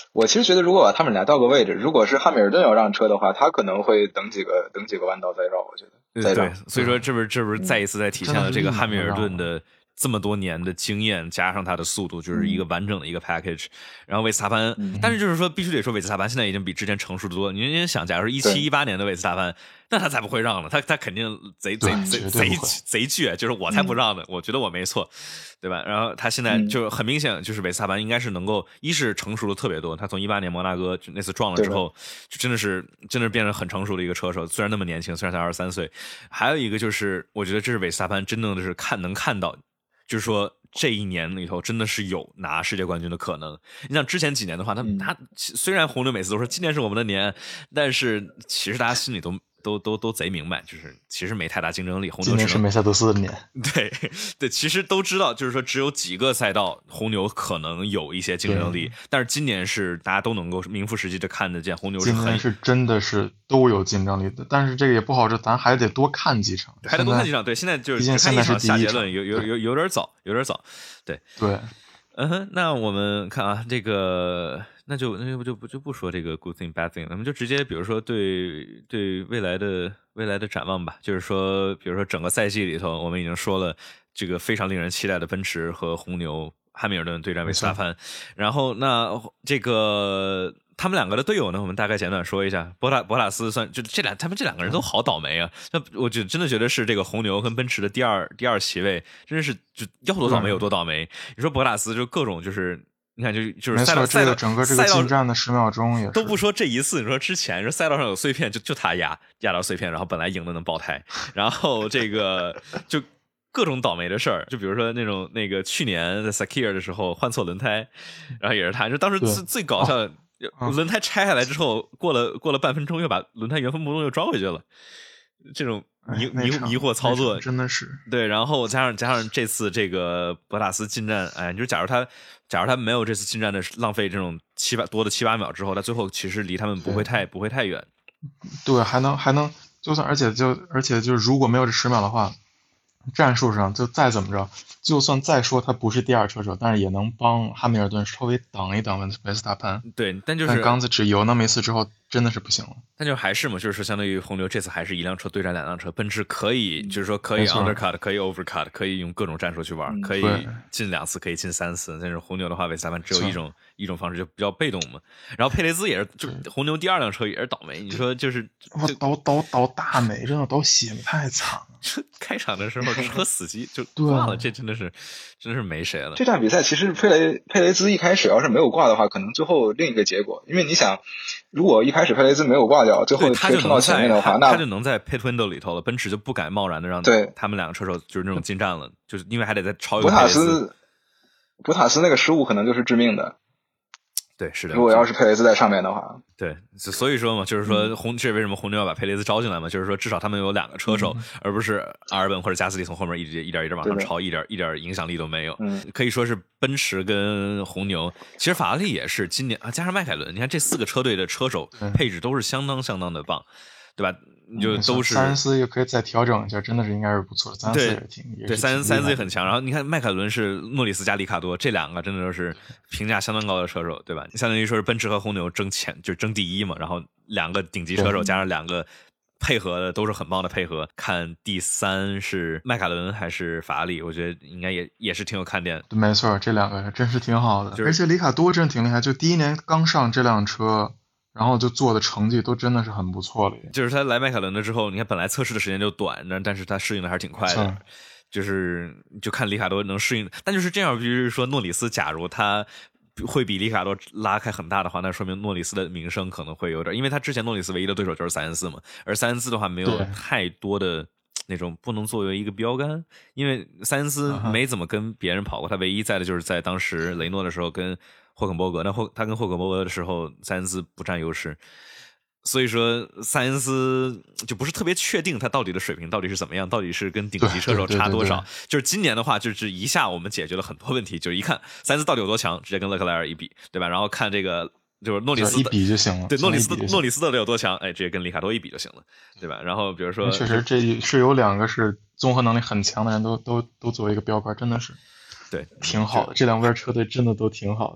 我其实觉得，如果把他们俩调个位置，如果是汉密尔顿要让车的话，他可能会等几个等几个弯道再绕。我觉得再绕。 对，所以说这不是这不是再一次在体现了这个汉密尔顿的这么多年的经验，加上他的速度，就是一个完整的一个 package。然后维斯塔潘，但是就是说必须得说，维斯塔潘现在已经比之前成熟的多。您您想，假如一七一八年的维斯塔潘，那他才不会让呢，他他肯定贼贼贼贼贼倔，就是我才不让呢，我觉得我没错，对吧？然后他现在就很明显，就是维斯塔潘应该是能够，一是成熟的特别多，他从一八年摩纳哥那次撞了之后，就真的是真的是变成很成熟的一个车手，虽然那么年轻，虽然才二十三岁。还有一个就是，我觉得这是维斯塔潘真正的是看能看到。就是说，这一年里头真的是有拿世界冠军的可能。你像之前几年的话，他他虽然红牛每次都说今年是我们的年，但是其实大家心里都都都都贼明白，就是其实没太大竞争力。红牛今年是梅赛德斯的年， 对对，其实都知道，就是说只有几个赛道红牛可能有一些竞争力，但是今年是大家都能够名副实际的看得见，红牛是很今年是真的是都有竞争力的，但是这个也不好说，咱还得多看几场， 还得多看几场。对，现在就是看一场下结论有有有有点早，有点早。对对， 嗯哼，那我们看啊，这个。那就那就不就不就不说这个 good thing bad thing， 咱们就直接比如说对对未来的未来的展望吧，就是说比如说整个赛季里头，我们已经说了这个非常令人期待的奔驰和红牛汉密尔顿对战维斯塔潘，然后那这个他们两个的队友呢，我们大概简短说一下。博塔博塔斯算就这俩，他们这两个人都好倒霉啊！那我就真的觉得是这个红牛跟奔驰的第二第二席位，真的是就要多倒霉有多倒霉。你说博塔斯就各种就是。你看，就就是赛道赛道整个这个进站的十秒钟也都不说这一次，你说之前说赛道上有碎片，就就他压压到碎片，然后本来赢的能爆胎，然后这个就各种倒霉的事儿，就比如说那种那个去年在 Sakir 的时候换错轮胎，然后也是他，就当时最最搞笑的、哦、轮胎拆下来之后，过了过了半分钟又把轮胎原封不动又装回去了，这种。迷迷迷惑操作真的是对，然后加上加上这次这个博塔斯进站，哎，你说假如他假如他没有这次进站的浪费这种七八多的七八秒之后，他最后其实离他们不会太不会太远。 对，还能还能就算而且就而且就如果没有这十秒的话，战术上就再怎么着，就算再说他不是第二车手，但是也能帮汉密尔顿稍微挡一挡维斯塔潘。 对，但就是刚子只油那么一次之后，真的是不行了。 但就还是嘛，就是说，相当于红牛这次还是一辆车对战两辆车，奔驰可以，就是说可以 undercut， 可以 overcut， 可以用各种战术去玩，可以进两次，可以进三次。但是红牛的话，维斯塔潘只有一种一种方式，就比较被动嘛。然后佩雷兹也是，就红牛第二辆车也是倒霉。你说就是倒倒倒大霉，真的倒血太惨了。 开场的时候车死机就挂了，这真的是真的是没谁了。 这场比赛其实佩雷佩雷兹一开始要是没有挂的话，可能最后另一个结果，因为你想，如果一开始佩雷兹没有挂掉，最后他就冲到前面的话，那他就能在 pit window 里头了，奔驰就不敢贸然的让他们两个车手就是那种进站了，就是因为还得再超越博塔斯。博塔斯那个失误可能就是致命的。 对，是的。 如果要是佩雷兹在上面的话， 对，所以说嘛，就是说红，这为什么红牛要把佩雷兹招进来嘛？就是说至少他们有两个车手，嗯、而不是阿尔本或者加斯利从后面一直一点一点往上超，一点一点影响力都没有。 嗯， 可以说是奔驰跟红牛，其实法拉利也是今年啊，加上迈凯伦，你看这四个车队的车手配置都是相当相当的棒，对吧？就都是塞恩斯也可以再调整一下，真的是应该是不错的。塞恩斯也挺对，塞恩塞恩斯也很强。然后你看迈凯伦是诺里斯加里卡多，这两个真的都是评价相当高的车手，对吧？相当于说是奔驰和红牛争前就是争第一嘛，然后两个顶级车手加上两个配合的都是很棒的配合。看第三是迈凯伦还是法拉利，我觉得应该也也是挺有看点。 没错，这两个真是挺好的， 就是、 而且里卡多真挺厉害，就第一年刚上这辆车。然后就做的成绩都真的是很不错了， 就是他来迈凯伦了之后，你看本来测试的时间就短，但是他适应的还是挺快的，就是就看里卡多能适应。但就是这样，比如说诺里斯，假如他会比里卡多拉开很大的话，那说明诺里斯的名声可能会有点，因为他之前诺里斯唯一的对手就是塞恩斯嘛，而塞恩斯的话没有太多的那种不能作为一个标杆，因为塞恩斯没怎么跟别人跑过，他唯一在的就是在当时雷诺的时候跟霍肯伯格，那霍他跟霍肯伯格的时候，塞恩斯不占优势，所以说塞恩斯就不是特别确定他到底的水平到底是怎么样，到底是跟顶级车手差多少。就是今年的话，就是一下我们解决了很多问题，就是一看塞恩斯到底有多强，直接跟勒克莱尔一比，对吧？然后看这个就是诺里斯一比就行了， 对，诺里斯诺里斯到底有多强，哎，直接跟里卡多一比就行了，对吧？然后比如说， 确实这是有两个是综合能力很强的人都都都作为一个标杆，真的是对， 挺好的。这两边车队真的都挺好的。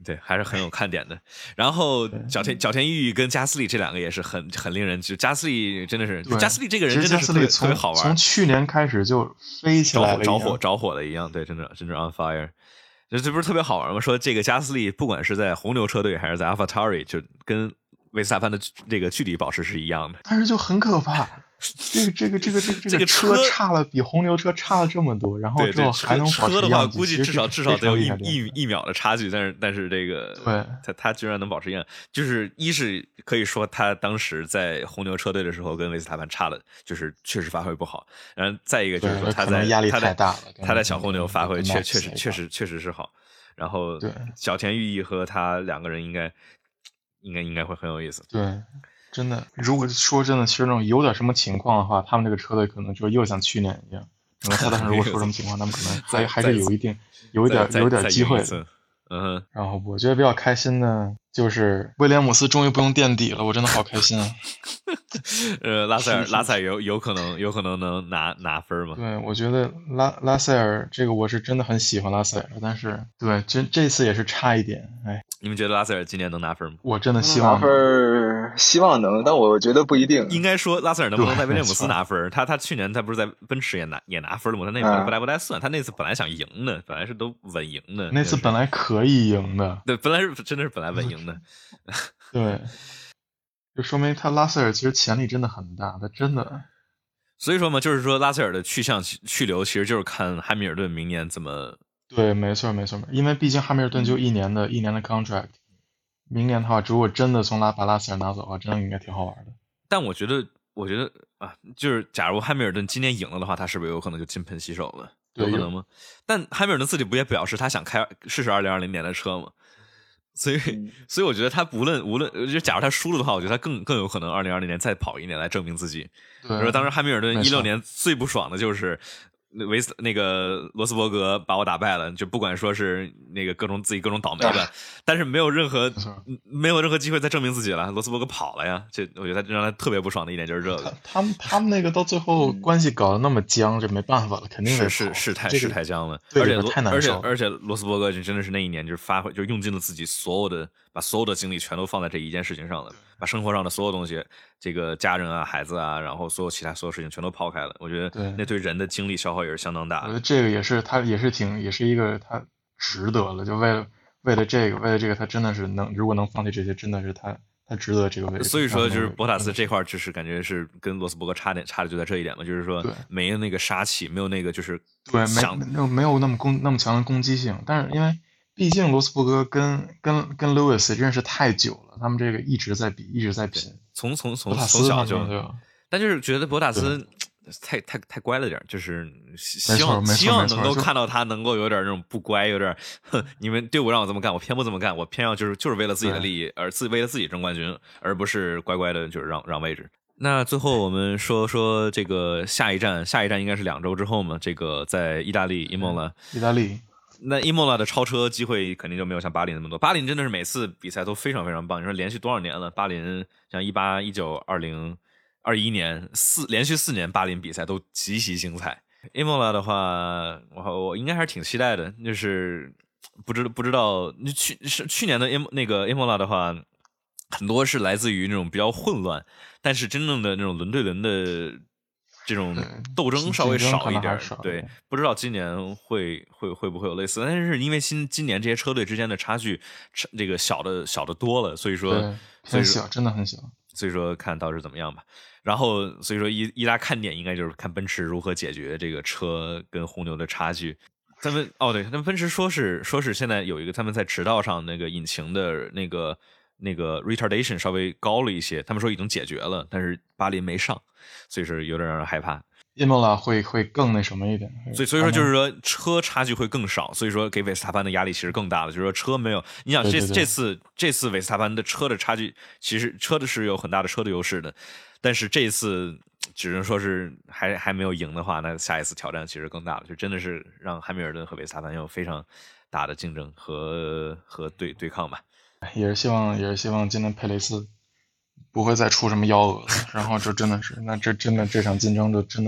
对，还是很有看点的。然后角田角田裕跟加斯利这两个也是很很令人，就加斯利真的是，加斯利这个人真的是特别特别好玩， 从去年开始就飞起来了， 着火着火了一样，对，真的真的 on fire。这这不是特别好玩吗？说这个加斯利不管是在红牛车队还是在 AlphaTauri， 就跟维斯塔潘的这个距离保持是一样的， 但是就很可怕。这个这个这个这个这个车差了比红牛车差了这么多，然后之后还能保持车的话，估计至少至少得有一一一秒的差距，但是但是这个对他他居然能保持一样，就是一是可以说他当时在红牛车队的时候跟维斯塔潘差了，就是确实发挥不好，然后再一个就是说他在压力太大了， 他在小红牛发挥确确实确实确实是好，然后小田裕毅和他两个人应该应该应该会很有意思， 对。真的，如果说真的，其实那种有点什么情况的话，他们这个车队可能就又像去年一样。然后他当时如果说什么情况，他们可能还还是有一定、有一点、有点机会的。 嗯， 然后我觉得比较开心的就是威廉姆斯终于不用垫底了，我真的好开心啊！ 呃，拉塞尔，拉塞尔有有可能有可能能拿拿分吗？ 对，我觉得拉拉塞尔这个我是真的很喜欢拉塞尔，但是对这这次也是差一点，哎。 你们觉得拉塞尔今年能拿分吗？ 我真的希望拿分，希望能，但我觉得不一定。 应该说拉塞尔能不能在威廉姆斯拿分？他他去年他不是在奔驰也拿也拿分了吗？他那不来不来算，他那次本来想赢的，本来是都稳赢的。 那次本来可以赢的， 对，本来是真的是本来稳赢的。 对，就说明他拉塞尔其实潜力真的很大，他真的。 所以说嘛，就是说拉塞尔的去向去留，其实就是看汉密尔顿明年怎么。 对，没错没错，因为毕竟汉密尔顿就一年的、嗯、一年的 contract， 明年的话，如果真的从拉把拉塞尔拿走的话，真的应该挺好玩的。 但我觉得，我觉得啊，就是假如汉密尔顿今年赢了的话，他是不是有可能就金盆洗手了？有可能吗？但汉密尔顿自己不也表示他想开试试二零二零年的车吗？所以，所以我觉得他无论无论，就假如他输了的话，我觉得他更更有可能二零二零年再跑一年来证明自己。比如说当时汉密尔顿一六年最不爽的就是。维斯那个罗斯伯格把我打败了，就不管说是那个各种自己各种倒霉的，啊、但是没有任何没有任何机会再证明自己了。罗斯伯格跑了呀，这我觉得他让他特别不爽的一点就是这个。 他们他们那个到最后关系搞得那么僵，这没办法了，肯定是是是太、 这个、 是太僵了， 而且太难受而且而且罗斯伯格就真的是那一年就是发挥，就用尽了自己所有的，把所有的精力全都放在这一件事情上了，把生活上的所有东西，这个家人啊、孩子啊，然后所有其他所有事情全都抛开了。我觉得对那对人的精力消耗也是相当大的。 这个也是他也是挺也是一个他值得了，就为了为了这个为了这个他真的是能如果能放弃这些，真的是他他值得这个位置。 所以说就是博塔斯这块就是感觉是跟罗斯伯格差点差的就在这一点嘛，就是说没有那个杀气，没有那个就是对没没有那么攻那么强的攻击性，但是因为毕竟罗斯伯格跟跟跟 Lewis 认识太久了，他们这个一直在比一直在拼， 从从从从小就，但就是觉得博塔斯。太太太乖了点，就是希望希望能够看到他能够有点那种不乖，有点哼，你们队伍让我这么干，我偏不这么干，我偏要就是就是为了自己的利益，而自为了自己争冠军，而不是乖乖的就是让让位置。那最后我们说说这个下一站，下一站应该是两周之后嘛，这个在意大利伊莫拉， 意大利。 那伊莫拉的超车机会肯定就没有像巴林那么多，巴林真的是每次比赛都非常非常棒，你说连续多少年了？巴林像一八、一九、二零。二一年四连续四年巴林比赛都极其精彩。伊莫拉的话，我我应该还是挺期待的，就是不知不知道去是去年的那个伊莫拉的话，很多是来自于那种比较混乱，但是真正的那种轮对轮的这种斗争稍微少一点。对，不知道今年会会会不会有类似，但是因为今今年这些车队之间的差距，这个小的小的多了，所以说很小，真的很小。 所以说看到时怎么样吧。然后所以说一一大看点应该就是看奔驰如何解决这个车跟红牛的差距。他们哦对，他们奔驰说是说是现在有一个他们在驰道上那个引擎的那个那个 retardation 稍微高了一些，他们说已经解决了，但是巴林没上，所以说有点让人害怕。 伊莫拉会会更那什么一点， 所以所以说就是说车差距会更少，所以说给维斯塔潘的压力其实更大了。就是说车没有，你想这对对对这次这次维斯塔潘的车的差距，其实车的是有很大的车的优势的，但是这一次只能说是还还没有赢的话，那下一次挑战其实更大了，就真的是让汉密尔顿和维斯塔潘有非常大的竞争和和对对抗吧。 也是希望也是希望今年佩雷斯不会再出什么幺蛾子，然后这真的是，那这真的这场竞争就真的是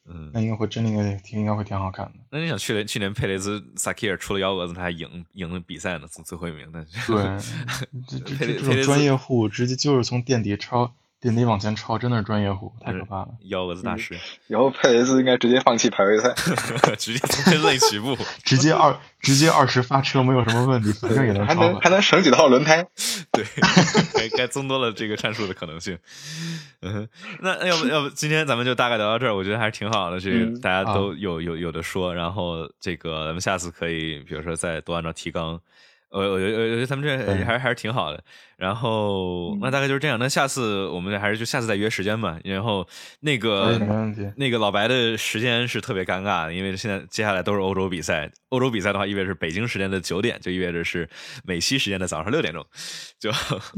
嗯， 那应该会真的应该挺应该会挺好看的。 那你想去年去年佩雷兹萨基尔出了幺蛾子，他还赢赢了比赛呢，从最后一名。但是对，这这这种专业户直接就是从垫底超垫底往前超，真的是专业户，太可怕了。 幺蛾子大师， 以后佩雷兹应该直接放弃排位赛， 直接从分类起步， 直接二直接二十发车没有什么问题，反正也能超。 还能还能省几套轮胎。 对，该该增多了这个战术的可能性。嗯，那要不要不今天咱们就大概聊到这儿，我觉得还是挺好的，这个大家都有、嗯、有有的说，然后这个咱们下次可以比如说再多按照提纲。我我觉得我觉得咱们这还是还是挺好的，然后那大概就是这样。那下次我们还是就下次再约时间吧。然后那个那个老白的时间是特别尴尬的，因为现在接下来都是欧洲比赛，欧洲比赛的话意味着是北京时间的九点，就意味着是美西时间的早上六点钟，就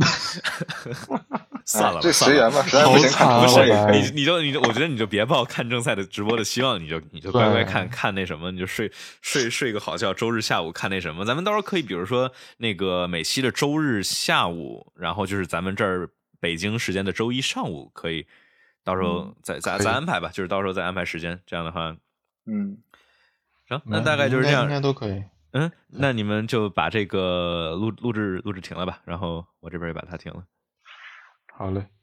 算了吧， 这随缘吧，实在不行看直播也可以。 你你就你就我觉得你就别抱看正赛的直播的希望，你就你就乖乖看看那什么，你就睡睡睡个好觉，周日下午看那什么。咱们到时候可以比如说那个美西的周日下午，然后就是咱们这儿北京时间的周一上午，可以到时候再再再安排吧，就是到时候再安排时间，这样的话， 嗯， 行，那大概就是这样， 应该都可以。 嗯，那你们就把这个录录制录制停了吧，然后我这边也把它停了。 好嘞。